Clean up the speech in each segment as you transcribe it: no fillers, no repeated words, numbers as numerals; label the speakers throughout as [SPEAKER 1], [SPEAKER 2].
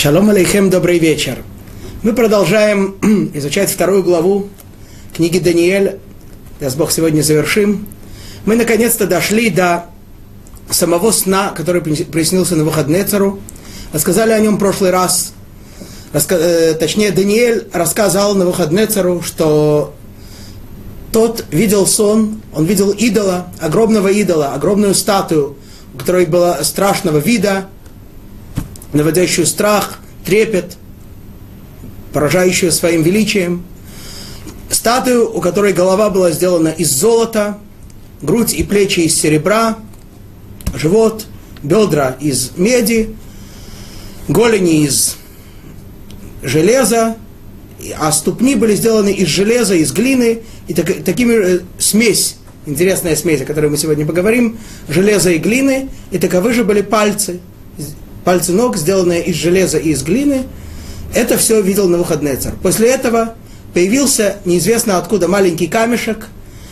[SPEAKER 1] Шалом алейхем, добрый вечер. Мы продолжаем изучать вторую главу книги Даниэль. Даст Бог, сегодня завершим. Мы наконец-то дошли до самого сна, который приснился Навуходоносору. Рассказали о нем в прошлый раз. Точнее, Даниэль рассказал Навуходоносору, что тот видел сон, он видел идола, огромную статую, у которой была страшного вида, наводящую страх, трепет, поражающую своим величием. Статую, у которой голова была сделана из золота, грудь и плечи из серебра, живот, бедра из меди, голени из железа, а ступни были сделаны из железа, из глины, и такими смесь, интересная смесь, о которой мы сегодня поговорим, железа и глины, и таковы же были пальцы ног, сделанные из железа и из глины. Это все видел Навуходоносор. После этого появился неизвестно откуда маленький камешек,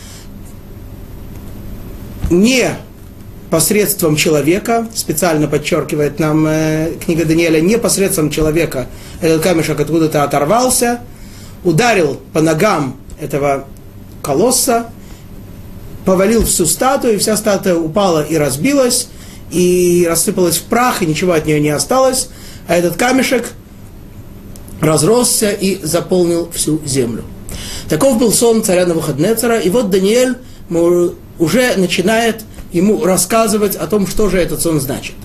[SPEAKER 1] не посредством человека, специально подчеркивает нам книга Даниэля, не посредством человека этот камешек откуда-то оторвался, ударил по ногам этого колосса, повалил всю статую, и вся статуя упала и разбилась, и рассыпалась в прах, и ничего от нее не осталось, а этот камешек разросся и заполнил всю землю. Таков был сон царя Навуходоносора, и вот Даниэль уже начинает ему рассказывать о том, что же этот сон значит.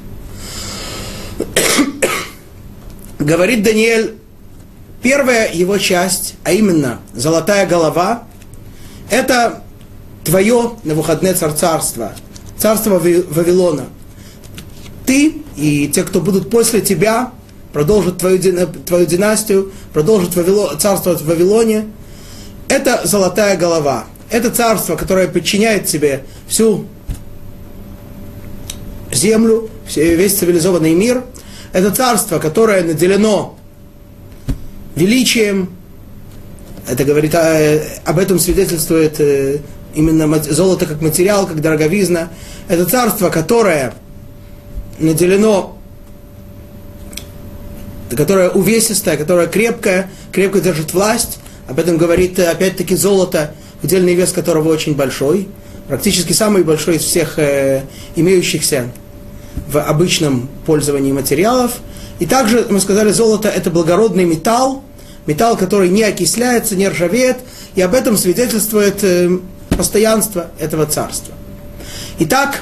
[SPEAKER 1] Говорит Даниэль, первая его часть, а именно золотая голова, это твое, Навуходоносор, царство Вавилона. Ты и те, кто будут после тебя, продолжат твою династию, продолжат царство в Вавилоне. Это золотая голова. Это царство, которое подчиняет себе всю землю, весь цивилизованный мир. Это царство, которое наделено величием. Это говорит, об этом свидетельствует именно золото как материал, как дороговизна. Это царство, которое наделено, которое увесистое, которое крепко держит власть. Об этом говорит опять-таки золото, удельный вес которого очень большой, практически самый большой из всех имеющихся в обычном пользовании материалов. И также, мы сказали, золото – это благородный металл, который не окисляется, не ржавеет, и об этом свидетельствует постоянство этого царства. Итак,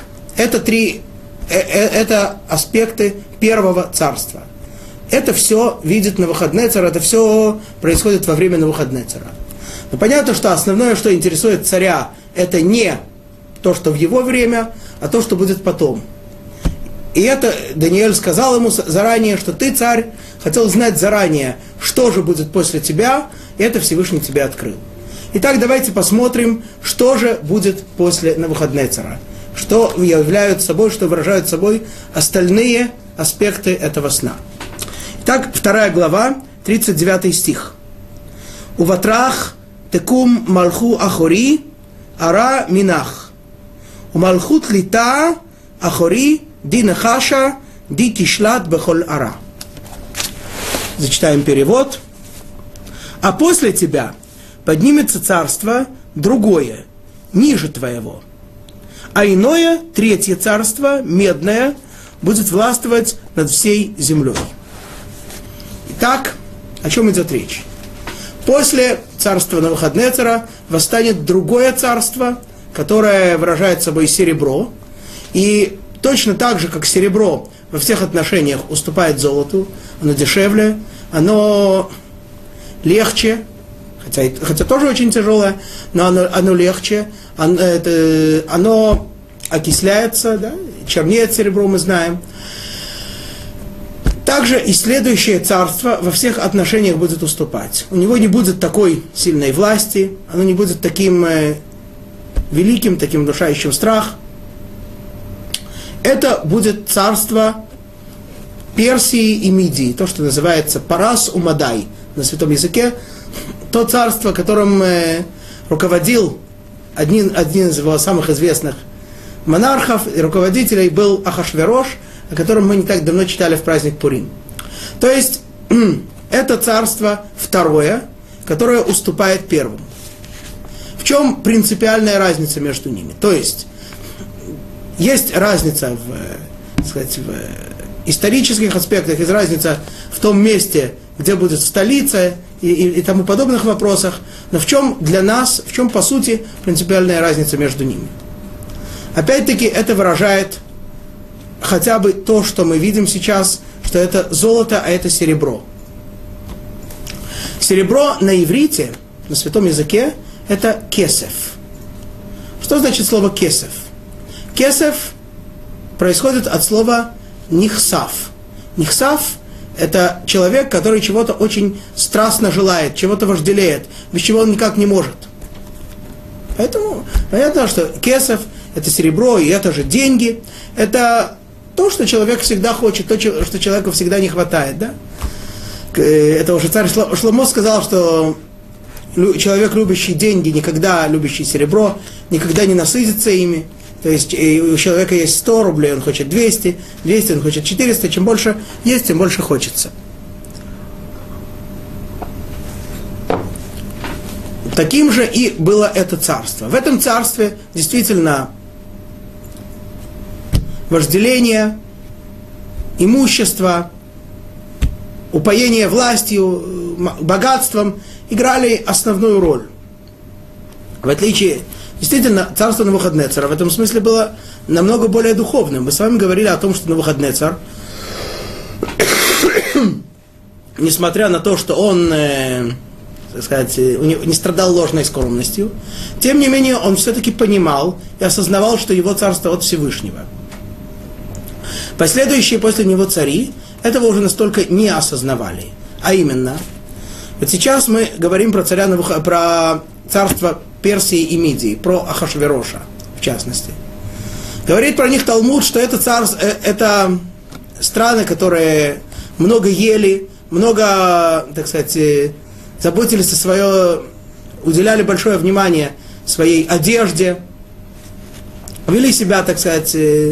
[SPEAKER 1] это аспекты первого царства. Это все видит Навуходоносор, это все происходит во время Навуходоносора. Но понятно, что основное, что интересует царя, это не то, что в его время, а то, что будет потом. И это Даниэль сказал ему заранее, что ты, царь, хотел знать заранее, что же будет после тебя, и это Всевышний тебе открыл. Итак, давайте посмотрим, что же будет после Навуходоносора. Что являют собой, что выражают собой остальные аспекты этого сна. Итак, 2 глава, 39 стих. «Уватрах текум малху ахори ара минах. Умалхут лита ахори ди нахаша ди кишлат бехоль ара». Зачитаем перевод. «А после тебя поднимется царство другое, ниже твоего. А иное, третье царство, медное, будет властвовать над всей землей». Итак, о чем идет речь? После царства Навуходоносора восстанет другое царство, которое выражает собой серебро. И точно так же, как серебро во всех отношениях уступает золоту, оно дешевле, оно легче, хотя тоже очень тяжелое, но оно легче, оно окисляется, да, чернеет серебро, мы знаем. Также и следующее царство во всех отношениях будет уступать. У него не будет такой сильной власти, оно не будет таким великим, таким внушающим страх. Это будет царство Персии и Мидии, то, что называется Парас Умадай на святом языке. То царство, которым руководил один из его самых известных монархов и руководителей, был Ахашверош, о котором мы не так давно читали в праздник Пурим. То есть, это царство второе, которое уступает первому. В чем принципиальная разница между ними? То есть разница в исторических аспектах, есть разница в том месте, где будет столица и тому подобных вопросах. Но в чем для нас, в чем по сути принципиальная разница между ними? Опять-таки это выражает хотя бы то, что мы видим сейчас, что это золото, а это серебро. Серебро на иврите, на святом языке, это кесев. Что значит слово кесев? Кесев происходит от слова нихсав. Нихсав – это человек, который чего-то очень страстно желает, чего-то вожделеет, без чего он никак не может. Поэтому понятно, что кесев – это серебро, и это же деньги. Это то, что человек всегда хочет, то, что человеку всегда не хватает. Да? Это уже царь Шломо сказал, что человек, любящий деньги, никогда любящий серебро, никогда не насытится ими. То есть у человека есть 100 рублей, он хочет 200, 200, он хочет 400. Чем больше есть, тем больше хочется. Таким же и было это царство. В этом царстве действительно вожделение, имущество, упоение властью, богатством играли основную роль. В отличие, действительно, царство Навуходнецара в этом смысле было намного более духовным. Мы с вами говорили о том, что Навуходнецар, несмотря на то, что он, так сказать, не страдал ложной скромностью, тем не менее он все-таки понимал и осознавал, что его царство от Всевышнего. Последующие после него цари этого уже настолько не осознавали. А именно, вот сейчас мы говорим про про царство Персии и Мидии, про Ахашвероша, в частности. Говорит про них Талмуд, что это это страны, которые много ели, много, так сказать, заботились уделяли большое внимание своей одежде, вели себя, так сказать,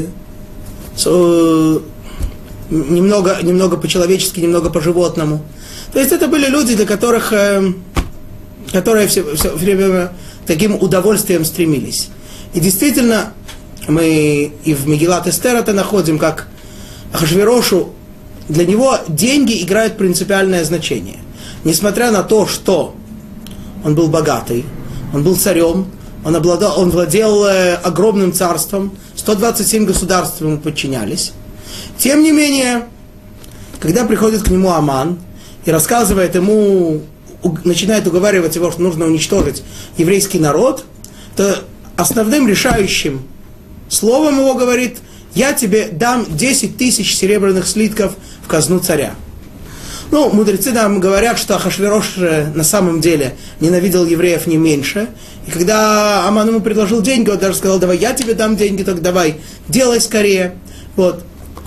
[SPEAKER 1] немного по-человечески, немного по-животному. То есть это были люди, для которых, которые все время таким удовольствием стремились. И действительно, мы и в Мегилат Эстер это находим, как Ахашверошу, для него деньги играют принципиальное значение. Несмотря на то, что он был богатый, он был царем, он владел огромным царством, 127 государств ему подчинялись. Тем не менее, когда приходит к нему Аман и рассказывает ему, начинает уговаривать его, что нужно уничтожить еврейский народ, то основным решающим словом его говорит: я тебе дам 10 тысяч серебряных слитков в казну царя. Ну, мудрецы нам говорят, что Ахашверош на самом деле ненавидел евреев не меньше. И когда Аман ему предложил деньги, он даже сказал: давай я тебе дам деньги, так давай, делай скорее. Вот.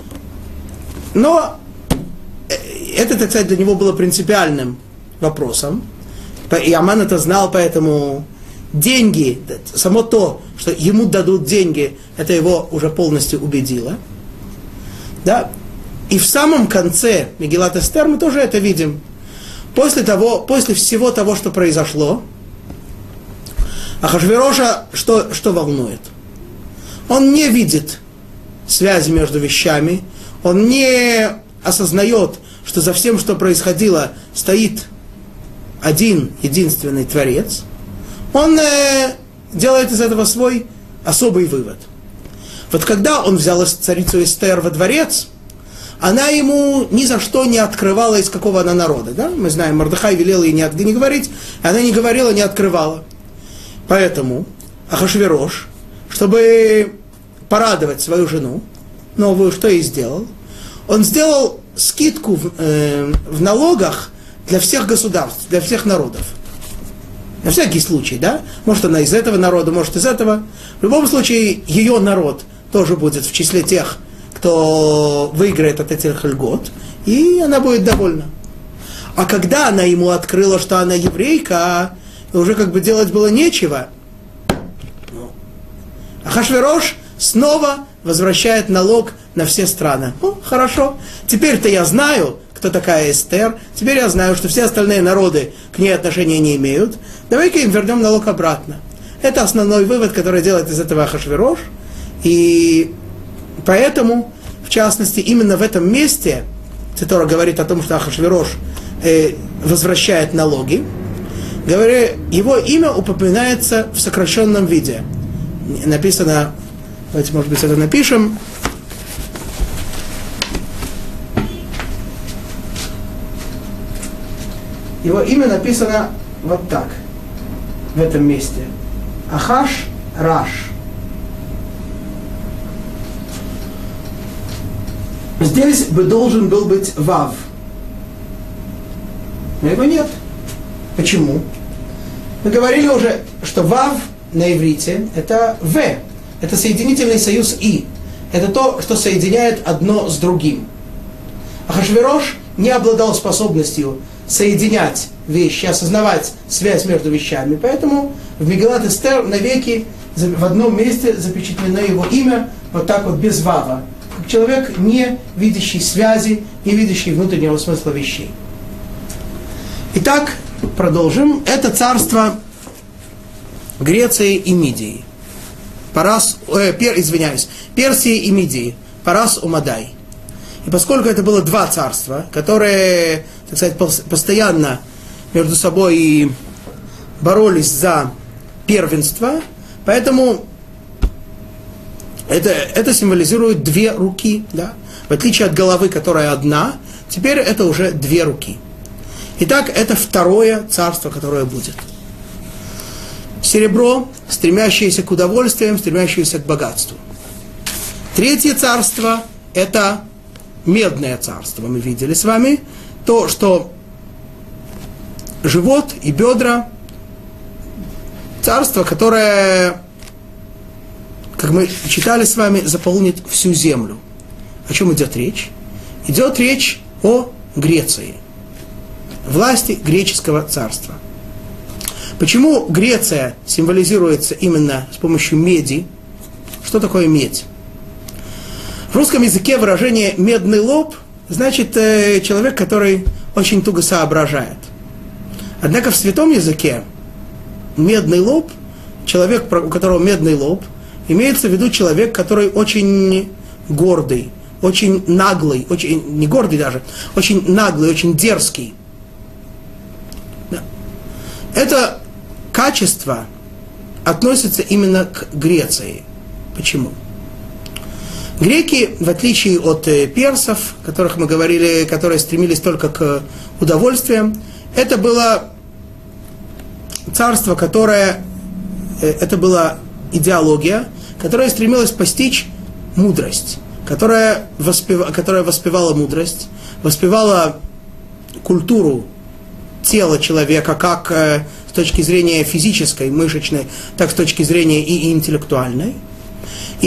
[SPEAKER 1] Но это, так сказать, для него было принципиальным вопросом. И Аман это знал, поэтому деньги, само то, что ему дадут деньги, это его уже полностью убедило. Да? И в самом конце Мегилат Эстер мы тоже это видим. После всего того, что произошло, Ахашвероша что волнует? Он не видит связи между вещами, он не осознает, что за всем, что происходило, стоит один единственный Творец. Он делает из этого свой особый вывод. Вот когда он взял царицу Эстер во дворец, она ему ни за что не открывала, из какого она народа. Да? Мы знаем, Мордехай велел ей не говорить, она не говорила, не открывала. Поэтому Ахашверош, чтобы порадовать свою жену новую, что и сделал? Он сделал скидку в налогах для всех государств, для всех народов. На всякий случай, да? Может, она из этого народа, может, из этого. В любом случае, ее народ тоже будет в числе тех, кто выиграет от этих льгот, и она будет довольна. А когда она ему открыла, что она еврейка, уже как бы делать было нечего, Ахашверош снова возвращает налог на все страны. Хорошо, теперь-то я знаю, кто такая Эстер. Теперь я знаю, что все остальные народы к ней отношения не имеют. Давай-ка им вернем налог обратно. Это основной вывод, который делает из этого Ахашвирош. И поэтому, в частности, именно в этом месте, Цитора говорит о том, что Ахашвирош возвращает налоги, говоря, его имя упоминается в сокращенном виде. Написано, давайте, может быть, это напишем. Его имя написано вот так, в этом месте. Ахаш Раш. Здесь бы должен был быть Вав. Но его нет. Почему? Мы говорили уже, что Вав на иврите это В. Это соединительный союз И. Это то, что соединяет одно с другим. Ахашвирош не обладал способностью соединять вещи, осознавать связь между вещами. Поэтому в Мегилат Эстер навеки в одном месте запечатлено его имя, вот так вот без Вава. Как человек, не видящий связи, не видящий внутреннего смысла вещей. Итак, продолжим. Это царство Греции и Мидии. Персии и Мидии. Парас Умадай. И поскольку это было два царства, которые, так сказать, постоянно между собой боролись за первенство, поэтому это символизирует две руки, да? В отличие от головы, которая одна, теперь это уже две руки. Итак, это второе царство, которое будет. Серебро, стремящееся к удовольствиям, стремящееся к богатству. Третье царство – это медное царство. Мы видели с вами то, что живот и бедра – царство, которое, как мы читали с вами, заполнит всю землю. О чем идет речь? Идет речь о Греции, власти греческого царства. Почему Греция символизируется именно с помощью меди? Что такое медь? В русском языке выражение «медный лоб» значит человек, который очень туго соображает. Однако в святом языке медный лоб, человек, у которого медный лоб, имеется в виду человек, который очень гордый, очень наглый, очень, не гордый даже, очень наглый, очень дерзкий. Это качество относится именно к Греции. Почему? Греки, в отличие от персов, о которых мы говорили, которые стремились только к удовольствиям, это было царство, которое, это была идеология, которая стремилась постичь мудрость, которая воспевала мудрость, воспевала культуру тела человека как с точки зрения физической, мышечной, так с точки зрения и интеллектуальной. И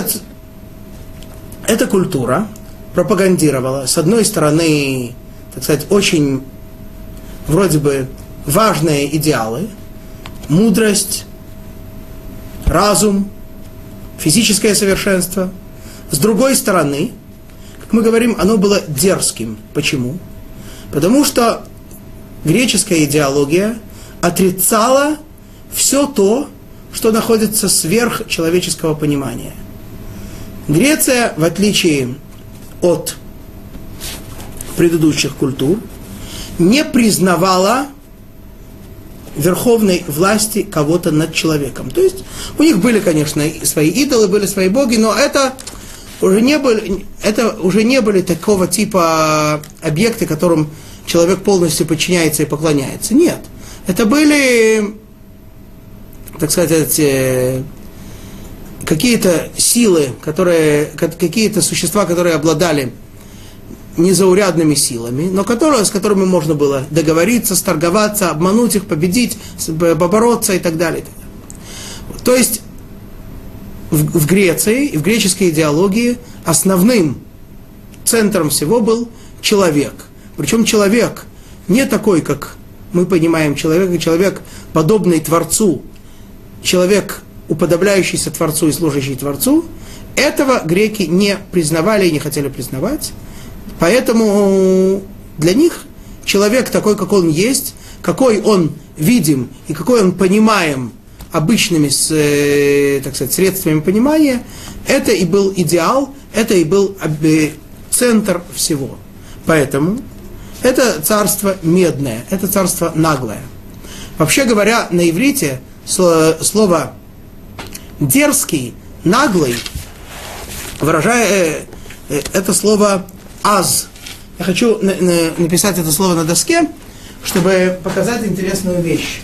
[SPEAKER 1] эта культура пропагандировала, с одной стороны, так сказать, очень вроде бы важные идеалы, мудрость, разум, физическое совершенство. С другой стороны, как мы говорим, оно было дерзким. Почему? Потому что греческая идеология отрицала все то, что находится сверх человеческого понимания. Греция, в отличие от предыдущих культур, не признавала верховной власти кого-то над человеком. То есть у них были, конечно, свои идолы, были свои боги, но это уже не были такого типа объекты, которым человек полностью подчиняется и поклоняется. Нет. Это были, так сказать, какие-то силы, какие-то существа, которые обладали незаурядными силами, но с которыми можно было договориться, сторговаться, обмануть их, победить, побороться и так далее. То есть в Греции и в греческой идеологии основным центром всего был человек. Причем человек не такой, как мы понимаем человек, подобный Творцу, человек, уподобляющийся Творцу и служащий Творцу. Этого греки не признавали и не хотели признавать. Поэтому Для них человек такой, как он есть, какой он видим и какой он понимаем обычными, так сказать, средствами понимания, это и был идеал, это и был центр всего. Поэтому это царство медное, это царство наглое. Вообще говоря, на иврите слово дерзкий, наглый, выражая это слово аз. Я хочу написать это слово на доске, чтобы показать интересную вещь.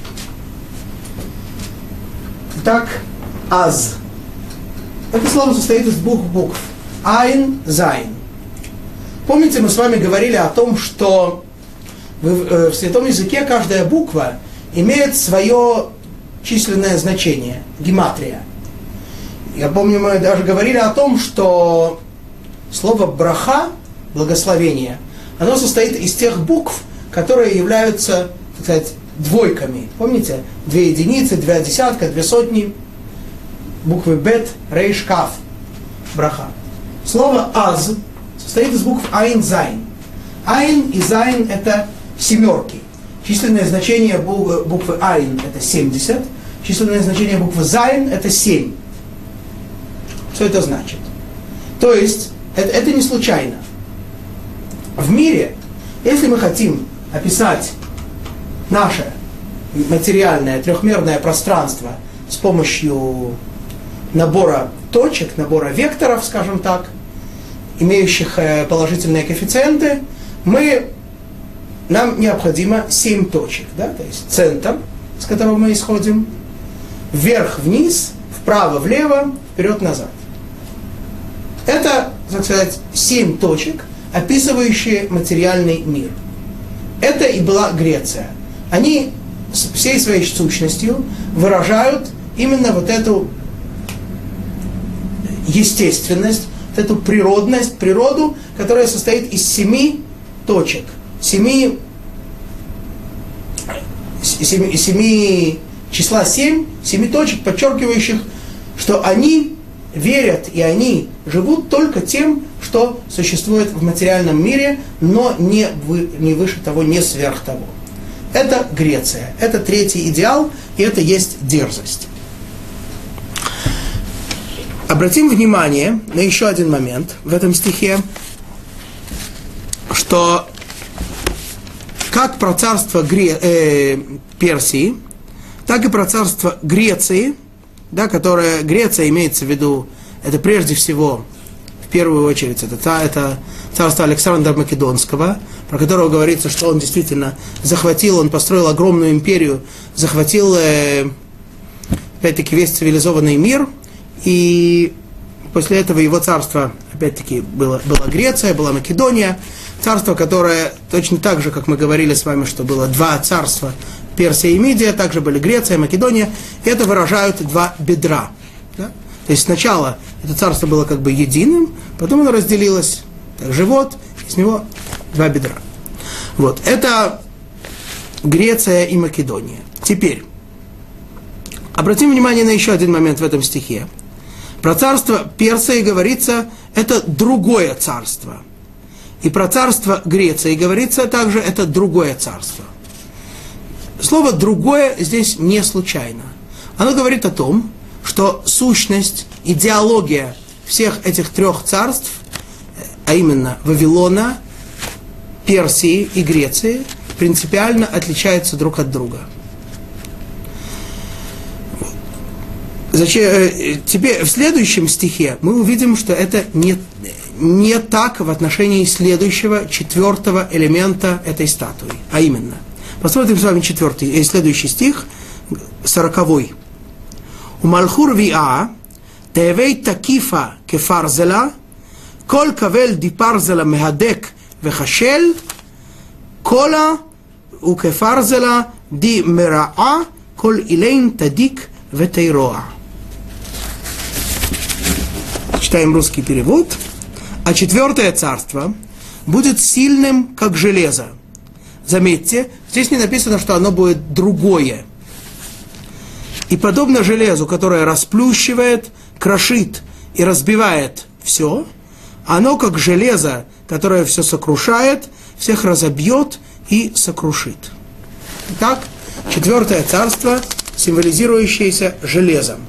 [SPEAKER 1] Итак, аз. Это слово состоит из двух букв. Айн, зайн. Помните, мы с вами говорили о том, что в святом языке каждая буква имеет свое численное значение, гематрия. Я помню, мы даже говорили о том, что слово браха, благословение, оно состоит из тех букв, которые являются, так сказать, двойками. Помните? 2 единицы, 2 десятка, 2 сотни. Буквы бет, рейш, кав. Браха. Слово аз состоит из букв айн, зайн. Айн и зайн это семерки. Численное значение буквы айн это 70. Численное значение буквы зайн это 7. Что это значит? То есть, это не случайно. В мире, если мы хотим описать наше материальное трехмерное пространство с помощью набора точек, набора векторов, скажем так, имеющих положительные коэффициенты, нам необходимо 7 точек. Да? То есть центр, с которого мы исходим, вверх-вниз, вправо-влево, вперед-назад. Это, так сказать, 7 точек, описывающие материальный мир. Это и была Греция. Они всей своей сущностью выражают именно вот эту естественность, вот эту природность, природу, которая состоит из 7 точек. 7 числа 7 точек, подчеркивающих, что они верят и они живут только тем, что существует в материальном мире, но не выше того, не сверх того. Это Греция, это третий идеал, и это есть дерзость. Обратим внимание на еще один момент в этом стихе, что как про царство Персии, так и про царство Греции, да, которое Греция имеется в виду, это прежде всего, в первую очередь, это царство Александра Македонского, про которого говорится, что он действительно захватил, он построил огромную империю, захватил, опять-таки, весь цивилизованный мир, и после этого его царство, опять-таки, была Греция, была Македония, царство, которое точно так же, как мы говорили с вами, что было 2 царства, Персия и Мидия, также были Греция и Македония, и это выражают 2 бедра. Да? То есть сначала это царство было как бы единым, потом оно разделилось, как живот, из него 2 бедра. Вот, это Греция и Македония. Теперь, обратим внимание на еще один момент в этом стихе. Про царство Персии говорится, это другое царство. И про царство Греции говорится также, это другое царство. Слово «другое» здесь не случайно. Оно говорит о том, что сущность, идеология всех этих 3 царств, а именно Вавилона, Персии и Греции, принципиально отличаются друг от друга. Теперь в следующем стихе мы увидим, что это не так в отношении следующего, 4-го элемента этой статуи, а именно. Посмотрим с вами следующий стих, 40-й. «Умалхур виа, тевей такифа кефарзела, кол кавел дипарзела мехадек вехашел, кола укефарзела ди мераа, кол илейн тадик ветейроа». Читаем русский перевод. «А 4-е царство будет сильным, как железо». Заметьте, здесь не написано, что оно будет другое. И подобно железу, которое расплющивает, крошит и разбивает все, оно как железо, которое все сокрушает всех разобьет и сокрушит. Итак, 4 царство, символизирующееся железом.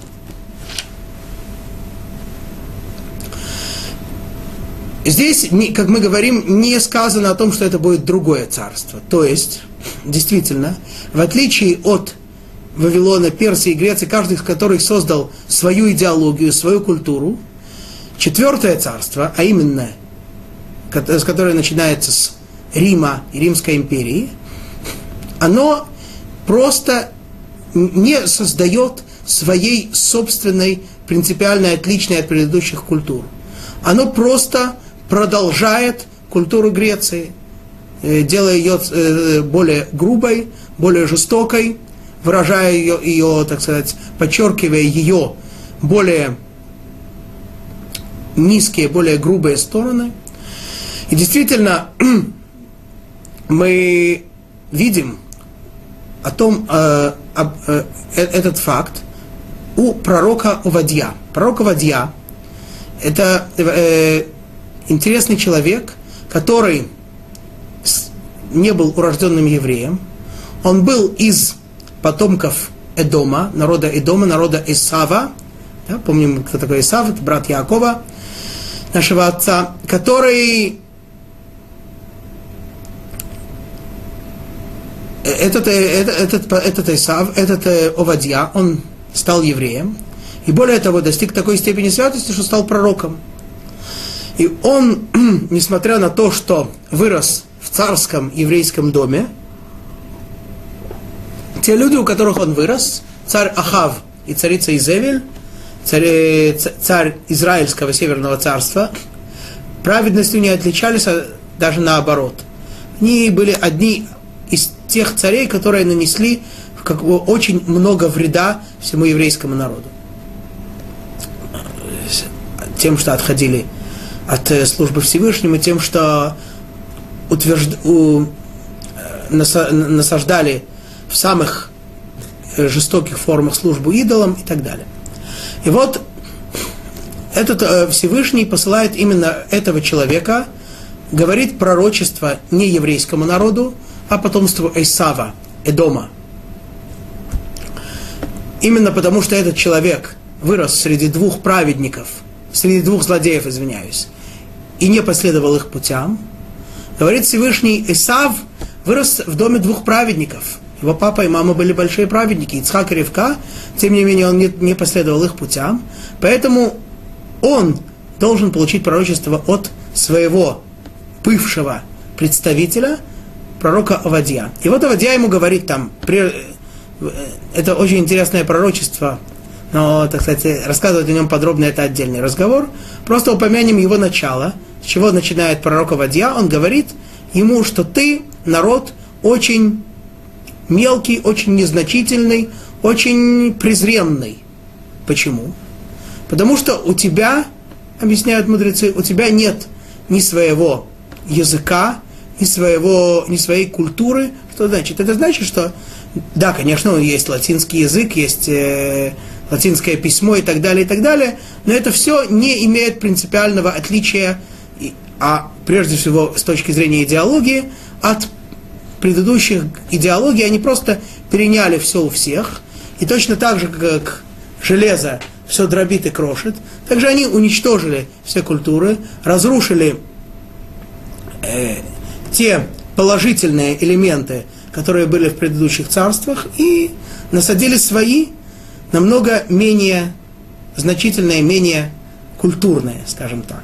[SPEAKER 1] Здесь, как мы говорим, не сказано о том, что это будет другое царство. То есть, действительно, в отличие от Вавилона, Персии и Греции, каждый из которых создал свою идеологию, свою культуру, 4 царство, а именно, с которое начинается с Рима и Римской империи, оно просто не создает своей собственной, принципиально отличной от предыдущих культур. Оно просто продолжает культуру Греции, делая ее более грубой, более жестокой, выражая ее, так сказать, подчеркивая ее более низкие, более грубые стороны. И действительно, мы видим этот факт у пророка Овадья. Пророк Овадья – это интересный человек, который не был урожденным евреем. Он был из потомков Эдома, народа Исава. Да, помним, кто такой Исав, это брат Яакова, нашего отца, который... Этот Исав, этот Овадья, он стал евреем. И более того, достиг такой степени святости, что стал пророком. И он, несмотря на то, что вырос в царском еврейском доме, те люди, у которых он вырос, царь Ахав и царица Изевель, царь Израильского Северного царства, праведностью не отличались, а даже наоборот. Они были одни из тех царей, которые нанесли очень много вреда всему еврейскому народу. Тем, что отходили от службы Всевышнему, тем, что насаждали в самых жестоких формах службу идолам и так далее. И вот этот Всевышний посылает именно этого человека, говорит пророчество не еврейскому народу, а потомству Исава, Эдома. Именно потому, что этот человек вырос среди двух праведников, среди двух злодеев, извиняюсь, и не последовал их путям, говорит Всевышний, Исав вырос в доме двух праведников. Его папа и мама были большие праведники, Ицхак и Ривка, тем не менее он не последовал их путям, поэтому он должен получить пророчество от своего бывшего представителя, пророка Овадья. И вот Овадья ему говорит там, это очень интересное пророчество, но, так сказать, рассказывать о нем подробно это отдельный разговор. Просто упомянем его начало, с чего начинает пророк Овадья. Он говорит ему, что ты народ очень мелкий, очень незначительный, очень презренный. Почему? Потому что у тебя, объясняют мудрецы, у тебя нет ни своего языка, ни своей культуры. Что значит? Это значит, что, да, конечно, есть латинский язык, есть латинское письмо и так далее, но это все не имеет принципиального отличия, а прежде всего с точки зрения идеологии, от предыдущих идеологий. Они просто переняли все у всех, и точно так же, как железо все дробит и крошит, также они уничтожили все культуры, разрушили те положительные элементы, которые были в предыдущих царствах, и насадили свои, намного менее значительные, менее культурные, скажем так.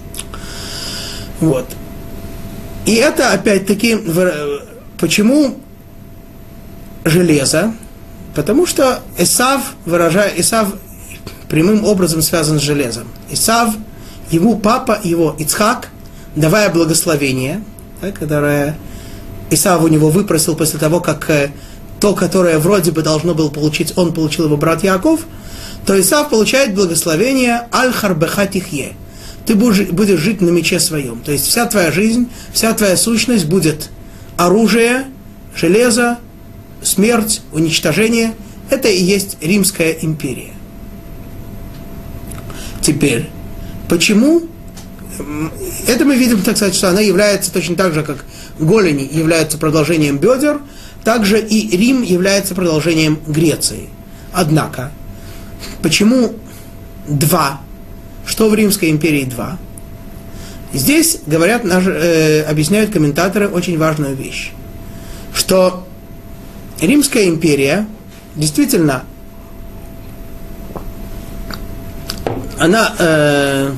[SPEAKER 1] Вот. И это, опять-таки, почему железо? Потому что Исав прямым образом связан с железом. Исав, его папа, его Ицхак, давая благословение, да, которое Исав у него выпросил после того, как то, которое вроде бы должно было получить, он получил его брат Яаков, то Исав получает благословение «Аль-Харбеха тихье». Ты будешь жить на мече своем. То есть вся твоя жизнь, вся твоя сущность будет оружие, железо, смерть, уничтожение. Это и есть Римская империя. Теперь, почему Это мы видим, так сказать, что она является точно так же, как голени являются продолжением бедер, также и Рим является продолжением Греции. Однако, почему два? Что в Римской империи два? Здесь говорят, объясняют комментаторы очень важную вещь, что Римская империя действительно она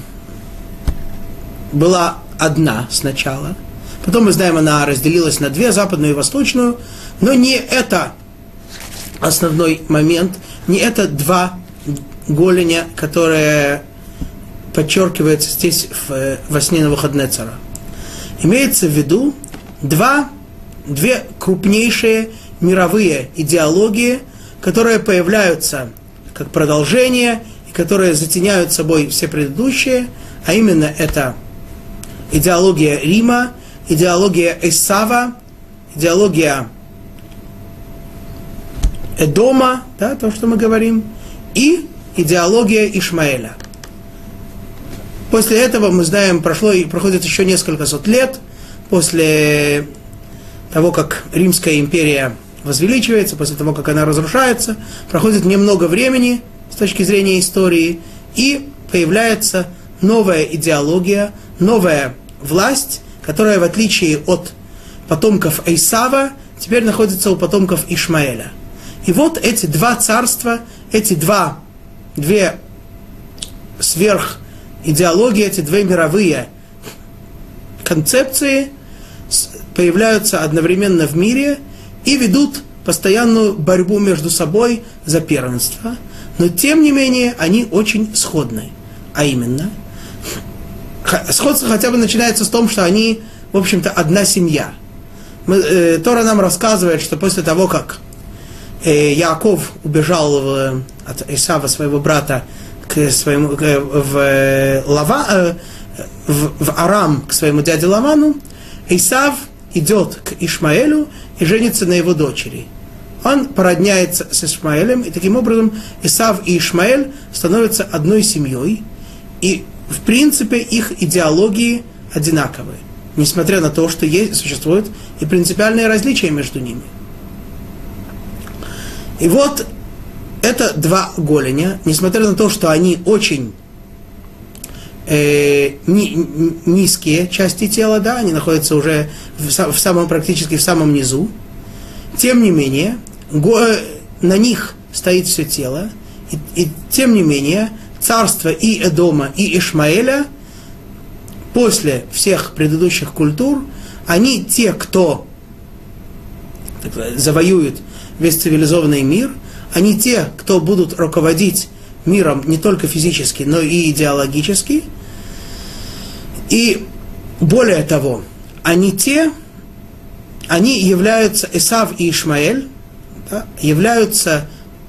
[SPEAKER 1] была одна сначала, потом, мы знаем, она разделилась на две, западную и восточную, но не это основной момент, не это два голеня, которые подчеркивается здесь во сне Навуходоносора. Имеется в виду две крупнейшие мировые идеологии, которые появляются как продолжение и которые затеняют собой все предыдущие, а именно это идеология Рима, идеология Эсава, идеология Эдома, да, то, что мы говорим, и идеология Ишмаэля. После этого, мы знаем, проходит еще несколько сот лет, после того, как Римская империя возвеличивается, после того, как она разрушается, проходит немного времени с точки зрения истории, и появляется новая идеология, новая власть, которая, в отличие от потомков Эйсава, теперь находится у потомков Ишмаэля. И вот эти два царства, эти две сверхидеологии, эти две мировые концепции появляются одновременно в мире и ведут постоянную борьбу между собой за первенство. Но тем не менее они очень сходны. А именно, сходство хотя бы начинается с том, что они, в общем-то, одна семья. Тора нам рассказывает, что после того, как Яаков убежал от Исава, своего брата, в Арам к своему дяде Лавану, Исав идет к Ишмаэлю и женится на его дочери. Он породняется с Ишмаэлем, и таким образом Исав и Ишмаэль становятся одной семьей, и в принципе их идеологии одинаковые, несмотря на то, что существуют и принципиальные различия между ними. И вот это два голеня, несмотря на то, что они очень низкие части тела, да, они находятся уже практически в самом низу, тем не менее, на них стоит все тело, и тем не менее, царство и Эдома, и Ишмаэля, после всех предыдущих культур, они те, кто завоюет весь цивилизованный мир, они те, кто будут руководить миром не только физически, но и идеологически. И более того, они являются, Эсав и Ишмаэль, да, являются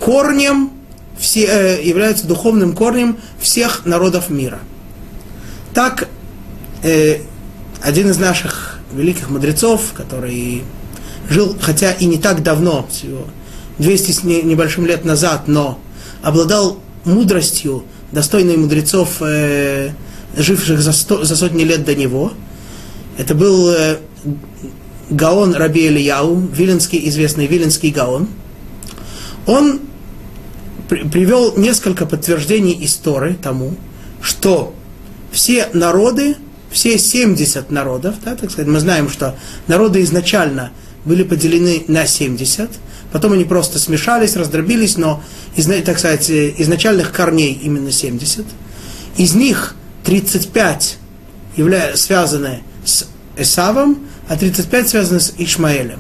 [SPEAKER 1] являются духовным корнем всех народов мира. Так, один из наших великих мудрецов, который жил, хотя и не так давно, всего 200 с небольшим лет назад, но обладал мудростью, достойной мудрецов, живших за сотни лет до него. Это был Гаон Раби Элияу, известный Виленский Гаон. Он привел несколько подтверждений из Торы тому, что все народы, все 70 народов, да, так сказать, мы знаем, что народы изначально были поделены на 70, потом они просто смешались, раздробились, но, так сказать, изначальных корней именно 70. Из них 35 связаны с Эсавом, а 35 связаны с Ишмаэлем.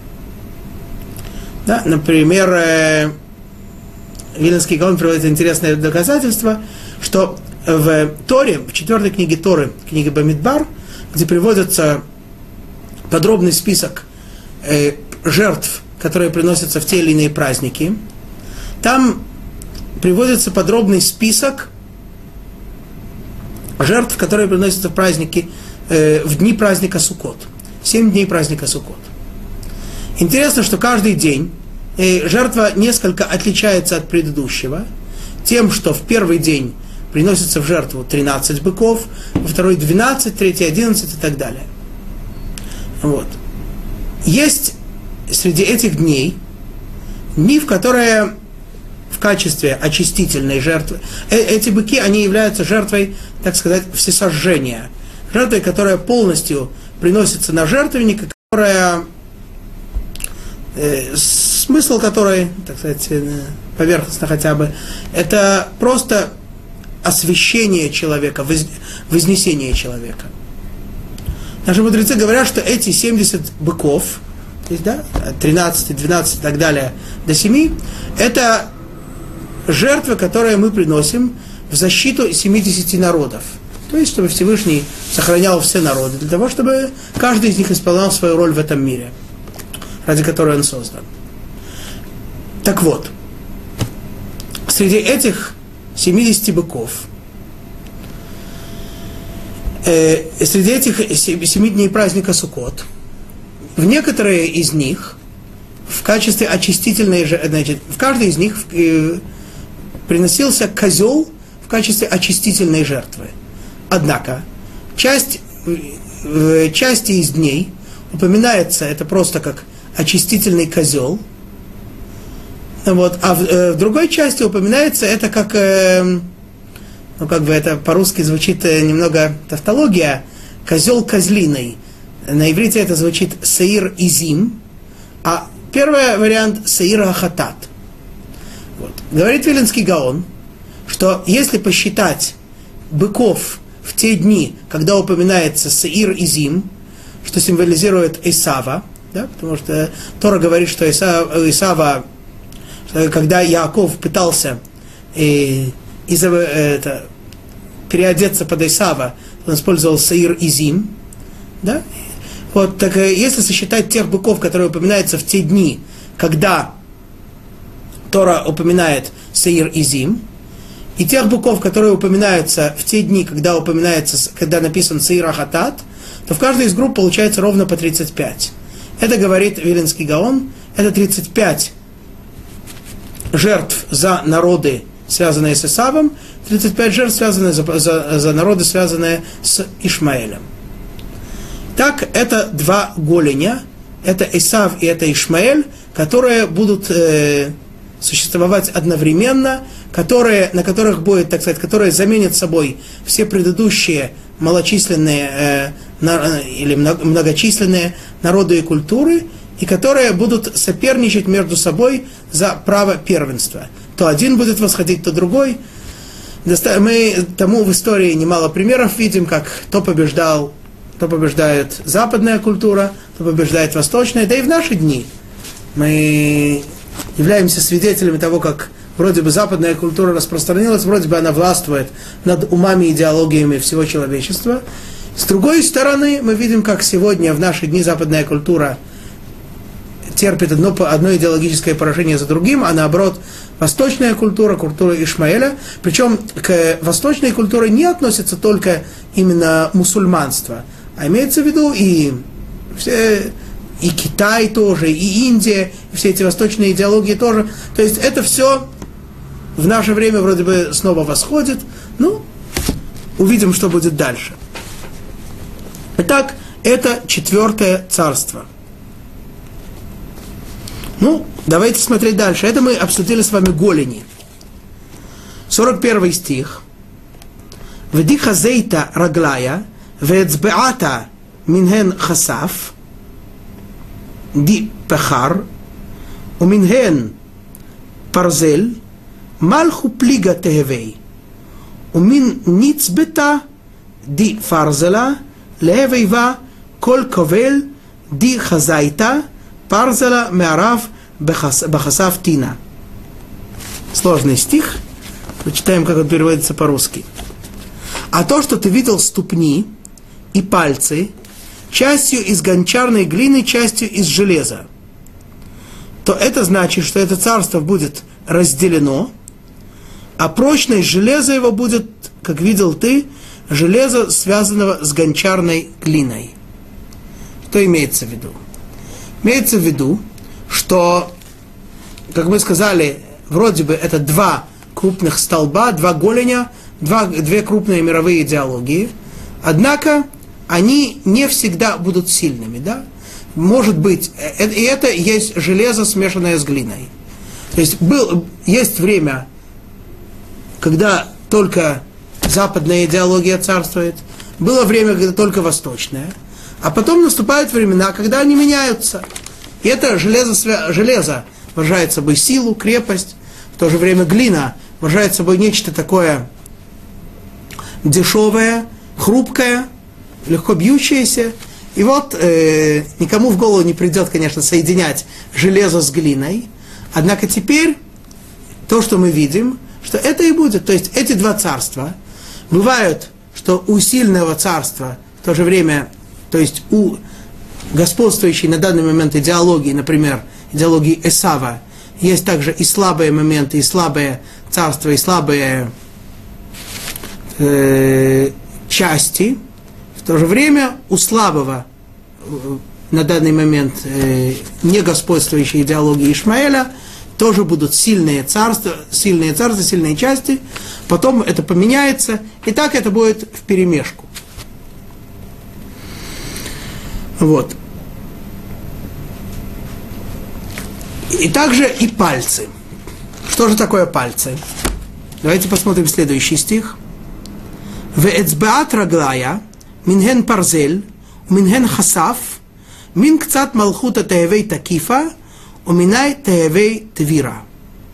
[SPEAKER 1] Да, например, Виленский Гаон приводит интересное доказательство, что в Торе, в 4 книге Торы, книге Бамидбар, где приводится подробный список жертв, которые приносятся в те или иные праздники, там приводится подробный список жертв, которые приносятся в праздники, в дни праздника Суккот. 7 дней праздника Суккот. Интересно, что каждый день жертва несколько отличается от предыдущего, тем, что в первый день приносится в жертву 13 быков, во второй 12, третий 11 и так далее. Вот. Есть среди этих дней дни, в которые в качестве очистительной жертвы, эти быки, они являются жертвой, так сказать, всесожжения. Жертвой, которая полностью приносится на жертвенник, которая, смысл которой, так сказать, поверхностно хотя бы, это просто освящение человека, вознесение человека. Наши мудрецы говорят, что эти 70 быков, то есть, да, от 13, 12 и так далее до 7, это жертвы, которые мы приносим в защиту 70 народов. То есть, чтобы Всевышний сохранял все народы, для того, чтобы каждый из них исполнял свою роль в этом мире, ради которой он создан. Так вот, среди этих 70 быков, среди этих 7 дней праздника Суккот, в некоторые из них, в качестве очистительной, значит, в каждой из них приносился козел в качестве очистительной жертвы. Однако, части из дней упоминается это просто как очистительный козел, вот, а в другой части упоминается это как, ну как бы это по-русски звучит немного тавтология, козел козлиный. На иврите это звучит сеир изим, а первый вариант сеир ахатат. Вот. Говорит Виленский Гаон, что если посчитать быков в те дни, когда упоминается сеир изим, что символизирует Исава, да, потому что Тора говорит, что Исава, когда Яаков пытался переодеться под Исава, он использовал сеир изим, да? Вот, так если сосчитать тех быков, которые упоминаются в те дни, когда Тора упоминает сеир изим, и тех быков, которые упоминаются в те дни, когда написан сеир ахатат, то в каждой из групп получается ровно по 35. Это говорит Виленский Гаон, это 35 жертв за народы, связанные с Исавом, 35 жертв, связанные за народы, связанные с Ишмаэлем. Так, это два голеня, это Исав и это Ишмаэль, которые будут существовать одновременно, на которых будет, так сказать, которые заменят собой все предыдущие малочисленные или многочисленные народы и культуры, и которые будут соперничать между собой за право первенства. То один будет восходить, то другой. Мы тому в истории немало примеров видим, как то побеждает западная культура, то побеждает восточная, да и в наши дни мы являемся свидетелями того, как вроде бы западная культура распространилась, вроде бы она властвует над умами и идеологиями всего человечества. С другой стороны, мы видим, как сегодня в наши дни западная культура терпит одно идеологическое поражение за другим, а наоборот, восточная культура, культура Ишмаэля, причем к восточной культуре не относится только именно мусульманство, а имеется в виду и Китай тоже, и Индия, и все эти восточные идеологии тоже. То есть это все в наше время вроде бы снова восходит. Ну, увидим, что будет дальше. Итак, это 4 царство. Ну, давайте смотреть дальше. Это мы обсудили с вами голени. 41 стих. «Вдиха зейта раглая, вецбеата минхен хасаф, ди пехар, уминхен парзель, мальху плига tehevei, умин ницбета ди фарзела, левейва кол ковел ди хазайта, парзела меарав бахасав тина». Сложный стих. Прочитаем, как он переводится по-русски. «А то, что ты видел ступни и пальцы, частью из гончарной глины, частью из железа, то это значит, что это царство будет разделено, а прочность железа его будет, как видел ты, железо, связанного с гончарной глиной». Что имеется в виду? Имеется в виду, что, как мы сказали, вроде бы это два крупных столба, два голеня, две крупные мировые идеологии, однако они не всегда будут сильными, да? Может быть, и это есть железо, смешанное с глиной. То есть есть время, когда только западная идеология царствует, было время, когда только восточная, а потом наступают времена, когда они меняются. И это железо выражает собой силу, крепость, в то же время глина выражает собой нечто такое дешевое, хрупкое, легко бьющееся. И вот никому в голову не придет, конечно, соединять железо с глиной, однако теперь то, что мы видим, что это и будет. То есть эти два царства, бывают, что у сильного царства в то же время, то есть у господствующей на данный момент идеологии, например, идеологии Эсава, есть также и слабые моменты, и слабые царства, и слабые части. В то же время у слабого на данный момент не господствующей идеологии Ишмаэля тоже будут сильные царства, сильные части, потом это поменяется, и так это будет вперемешку. Вот. И также и пальцы. Что же такое пальцы? Давайте посмотрим следующий стих. «Веэцбеат раглая, минген парзель, минген хасаф, мин кцат малхута теевей такифа, уминай теевей твира».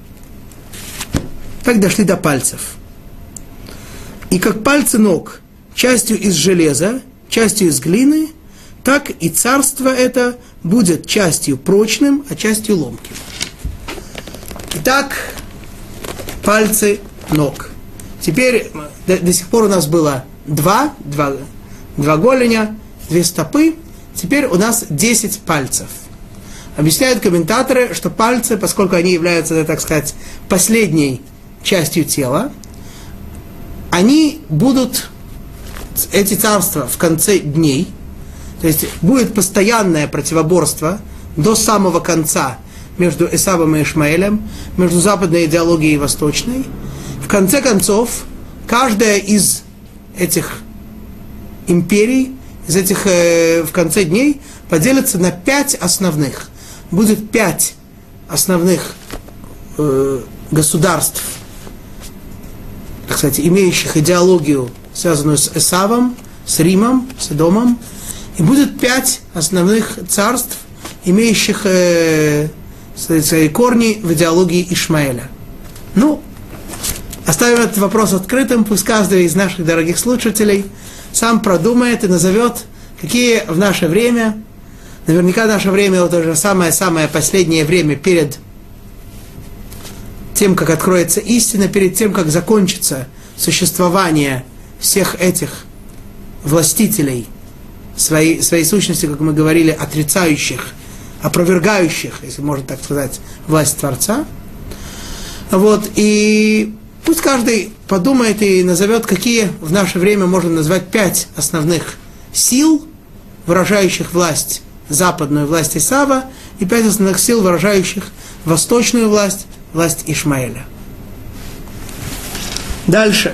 [SPEAKER 1] Так дошли до пальцев. И как пальцы ног, частью из железа, частью из глины, так и царство это будет частью прочным, а частью ломким. Итак, пальцы ног. Теперь до сих пор у нас было два голеня, 2 стопы. Теперь у нас 10 пальцев. Объясняют комментаторы, что пальцы, поскольку они являются, так сказать, последней частью тела, они будут, эти царства, в конце дней, то есть будет постоянное противоборство до самого конца между Эсавом и Ишмаэлем, между западной идеологией и восточной. В конце концов, каждая из этих империй, из этих в конце дней, поделится на 5 основных. Будет 5 основных государств, кстати, имеющих идеологию, связанную с Эсавом, с Римом, с Эдомом. И будет 5 основных царств, имеющих свои корни в идеологии Ишмаэля. Ну, оставим этот вопрос открытым, пусть каждый из наших дорогих слушателей сам продумает и назовет, какие в наше время, наверняка наше время вот уже самое-самое последнее время перед тем, как откроется истина, перед тем, как закончится существование всех этих властителей, своей сущности, как мы говорили, отрицающих, опровергающих, если можно так сказать, власть Творца. Вот, и пусть каждый подумает и назовет, какие в наше время можно назвать 5 основных сил, выражающих власть западную, власть Исава, и 5 основных сил, выражающих восточную власть, власть Ишмаэля. Дальше.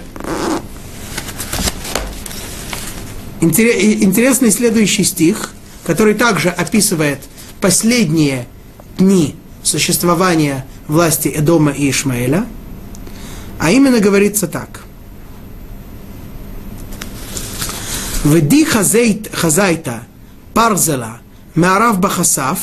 [SPEAKER 1] Интересный следующий стих, который также описывает последние дни существования власти Эдома и Ишмаэля, а именно говорится так. «Веди хазайта парзела меарав бахасав».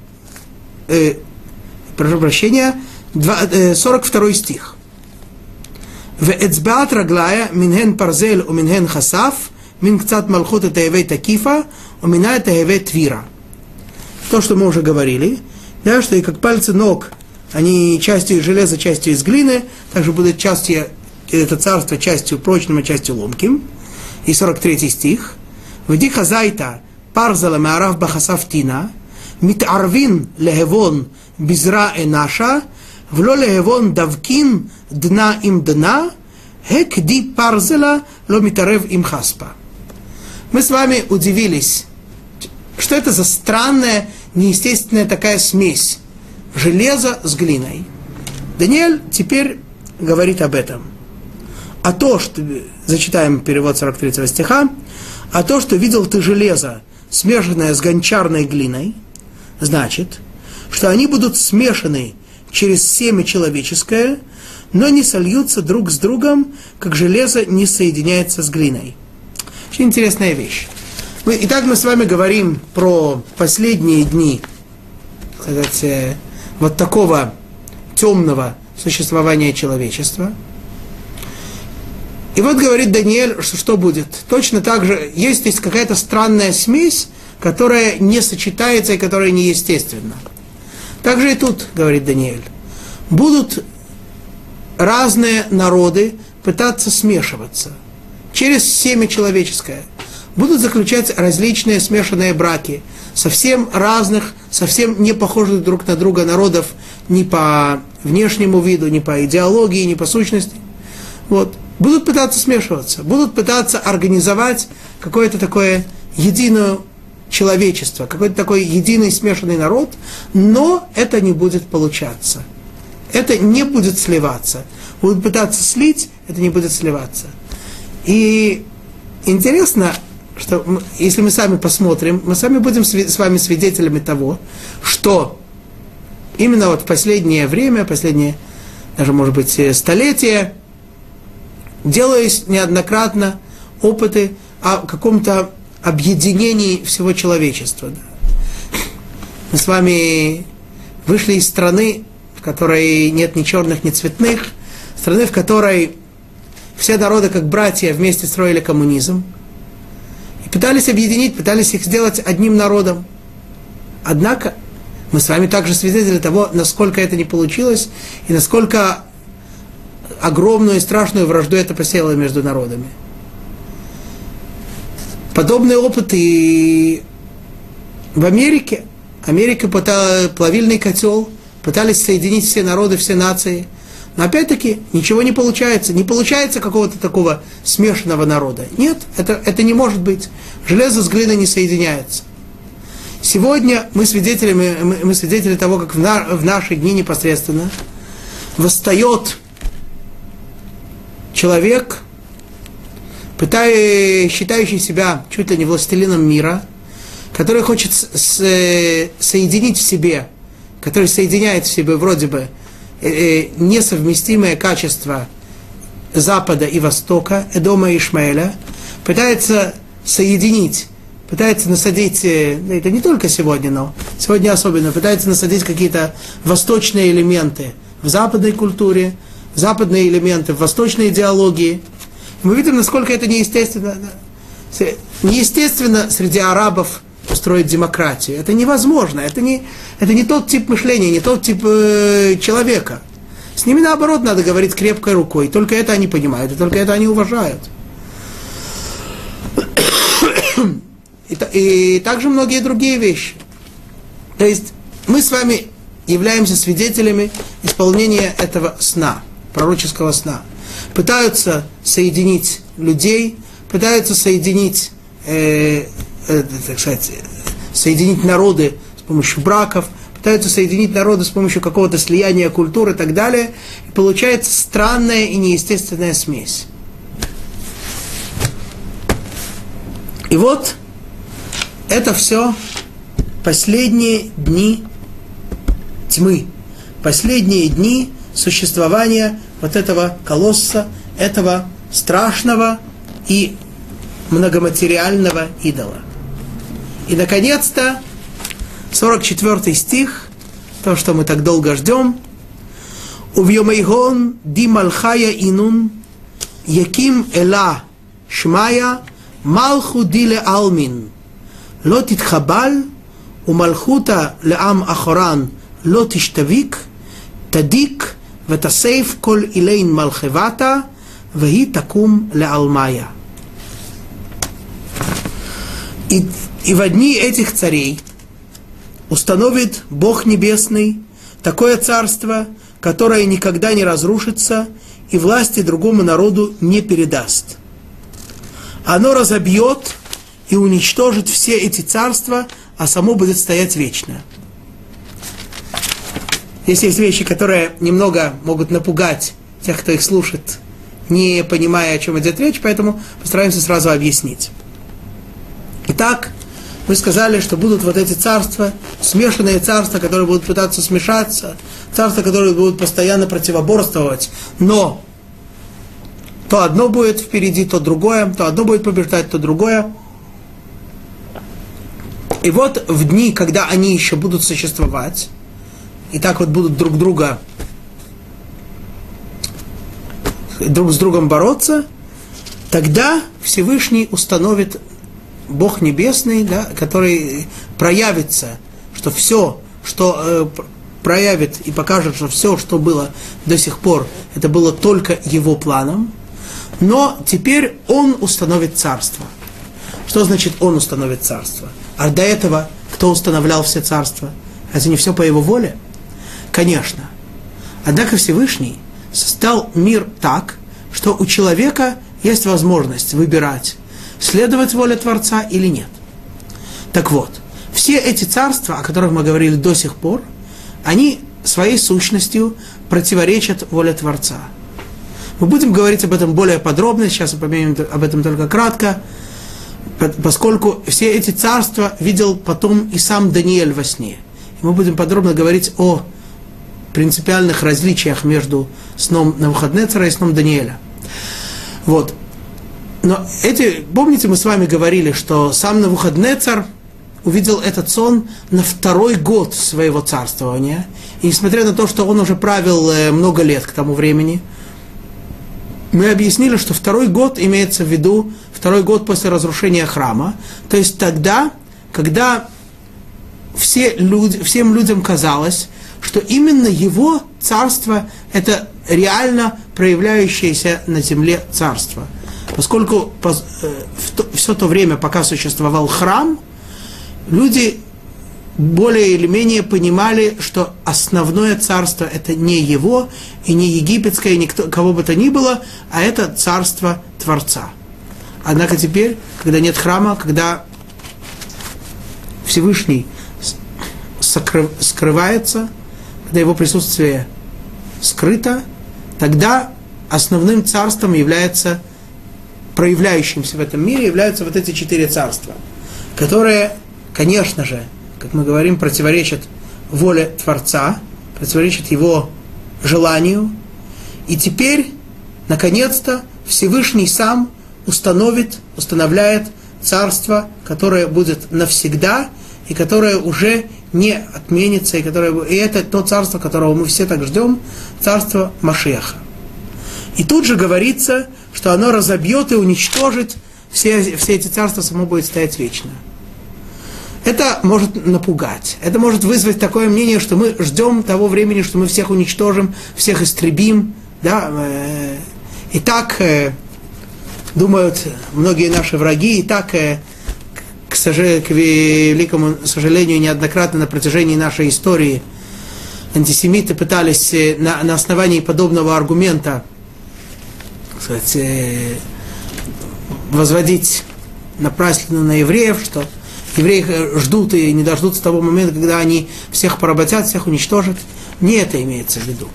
[SPEAKER 1] Прошу прощения, 42 стих. «Веэцбеат раглая минген парзель у минген хасав, мин кцат малхута теевей такифа, у минай теевей твира». То, что мы уже говорили, да, что и как пальцы ног, они частью из железа, частью из глины, также будут частью, это царство частью прочным, а частью ломким. И 43 стих. «Веди хазайта парзала меарав бахасавтина, митарвин лехевон бизра энаша, вло лехевон давкин дна им дна, хекди парзела ло митарев им хаспа». Мы с вами удивились, что это за странная, неестественная такая смесь железа с глиной. Даниэль теперь говорит об этом. А то, что, зачитаем перевод 43 стиха, а то, что видел ты железо, смешанное с гончарной глиной, значит, что они будут смешаны через семя человеческое, но не сольются друг с другом, как железо не соединяется с глиной. Очень интересная вещь. Итак, мы с вами говорим про последние дни, сказать, вот такого темного существования человечества. И вот говорит Даниэль, что будет. Точно так же есть здесь какая-то странная смесь, которая не сочетается и которая неестественна. Так же и тут, говорит Даниэль, будут разные народы пытаться смешиваться через семя человеческое. Будут заключать различные смешанные браки совсем разных, совсем не похожих друг на друга народов ни по внешнему виду, ни по идеологии, ни по сущности. Вот. Будут пытаться смешиваться, будут пытаться организовать какое-то такое единое человечество, какой-то такой единый смешанный народ, но это не будет получаться. Это не будет сливаться. Будут пытаться слить, это не будет сливаться. И интересно, что если мы сами посмотрим, мы сами будем с вами свидетелями того, что именно вот в последнее время, последние, даже, может быть, столетия, делались неоднократно опыты о каком-то объединении всего человечества. Мы с вами вышли из страны, в которой нет ни черных, ни цветных, страны, в которой все народы, как братья, вместе строили коммунизм, и пытались объединить, пытались их сделать одним народом. Однако мы с вами также свидетели того, насколько это не получилось, и насколько огромную и страшную вражду это посеяло между народами. Подобный опыт и в Америке. Америка плавильный котел, пытались соединить все народы, все нации. Но опять-таки ничего не получается. Не получается какого-то такого смешанного народа. Нет, это не может быть. Железо с глиной не соединяется. Сегодня мы свидетели того, как в наши дни непосредственно восстает человек, считающий себя чуть ли не властелином мира, который хочет соединить в себе, который соединяет в себе вроде бы несовместимые качества Запада и Востока, Эдома и Ишмаэля, пытается соединить, пытается насадить, это не только сегодня, но сегодня особенно, пытается насадить какие-то восточные элементы в западной культуре, западные элементы в восточной идеологии. Мы видим, насколько это неестественно. Неестественно среди арабов устроить демократию. Это невозможно. Это не тот тип мышления, не тот тип человека. С ними, наоборот, надо говорить крепкой рукой. Только это они понимают, и только это они уважают. И также многие другие вещи. То есть мы с вами являемся свидетелями исполнения этого сна, пророческого сна. Пытаются соединить людей, пытаются соединить, так сказать, соединить народы с помощью браков, пытаются соединить народы с помощью какого-то слияния культуры и так далее. И получается странная и неестественная смесь. И вот это все последние дни тьмы, последние дни существования вот этого колосса, этого страшного и многоматериального идола. И, наконец-то, 44 стих, то, что мы так долго ждем. «Увьомейгон ди малхая инун, яким эла шмая, малху диле алмин, ло титхабаль, умалхута леам ахоран, ло тиштавик, тадик, ותסף כל אילין מלכבתה, והיא תקום לעלמיה». И в дни этих царей установит Бог Небесный такое царство, которое никогда не разрушится и власти другому народу не передаст. Оно разобьет и уничтожит все эти царства, а само будет стоять вечно. Здесь есть вещи, которые немного могут напугать тех, кто их слушает не понимая, о чем идет речь, поэтому постараемся сразу объяснить. Итак, мы сказали, что будут вот эти царства, смешанные царства, которые будут пытаться смешаться, царства, которые будут постоянно противоборствовать, но то одно будет впереди, то другое, то одно будет побеждать, то другое. И вот в дни, когда они еще будут существовать, и так вот будут друг с другом бороться, тогда Всевышний установит, Бог Небесный, да, который проявится, что все, что проявит и покажет, что все, что было до сих пор, это было только его планом, но теперь он установит царство. Что значит он установит царство? А до этого кто устанавливал все царства? Разве не все по его воле? Конечно. Однако Всевышний создал мир так, что у человека есть возможность выбирать, следовать воле Творца или нет. Так вот, все эти царства, о которых мы говорили до сих пор, они своей сущностью противоречат воле Творца. Мы будем говорить об этом более подробно, сейчас упомянем об этом только кратко, поскольку все эти царства видел потом и сам Даниэль во сне. И мы будем подробно говорить о принципиальных различиях между сном Навуходоносора и сном Даниэля. Вот. Но помните, мы с вами говорили, что сам Навуходоносор увидел этот сон на второй год своего царствования. И несмотря на то, что он уже правил много лет к тому времени, мы объяснили, что второй год имеется в виду второй год после разрушения храма. То есть тогда, когда всем людям казалось, что именно его царство – это реально проявляющееся на земле царство. Поскольку все то время, пока существовал храм, люди более или менее понимали, что основное царство – это не его, и не египетское, и кого бы то ни было, а это царство Творца. Однако теперь, когда нет храма, когда Всевышний скрывается, когда его присутствие скрыто, тогда основным царством является, проявляющимся в этом мире, являются вот эти 4 царства, которые, конечно же, как мы говорим, противоречат воле Творца, противоречат его желанию. И теперь, наконец-то, Всевышний сам устанавливает царство, которое будет навсегда, и которое уже не отменится, и это то царство, которого мы все так ждем, царство Машиаха. И тут же говорится, что оно разобьет и уничтожит все эти царства, само будет стоять вечно. Это может напугать, это может вызвать такое мнение, что мы ждем того времени, что мы всех уничтожим, всех истребим. Да? И так думают многие наши враги, и так, к великому сожалению, неоднократно на протяжении нашей истории антисемиты пытались на основании подобного аргумента, сказать, возводить напраслину на евреев, что евреи ждут и не дождутся того момента, когда они всех поработят, всех уничтожат. Не это имеется в виду.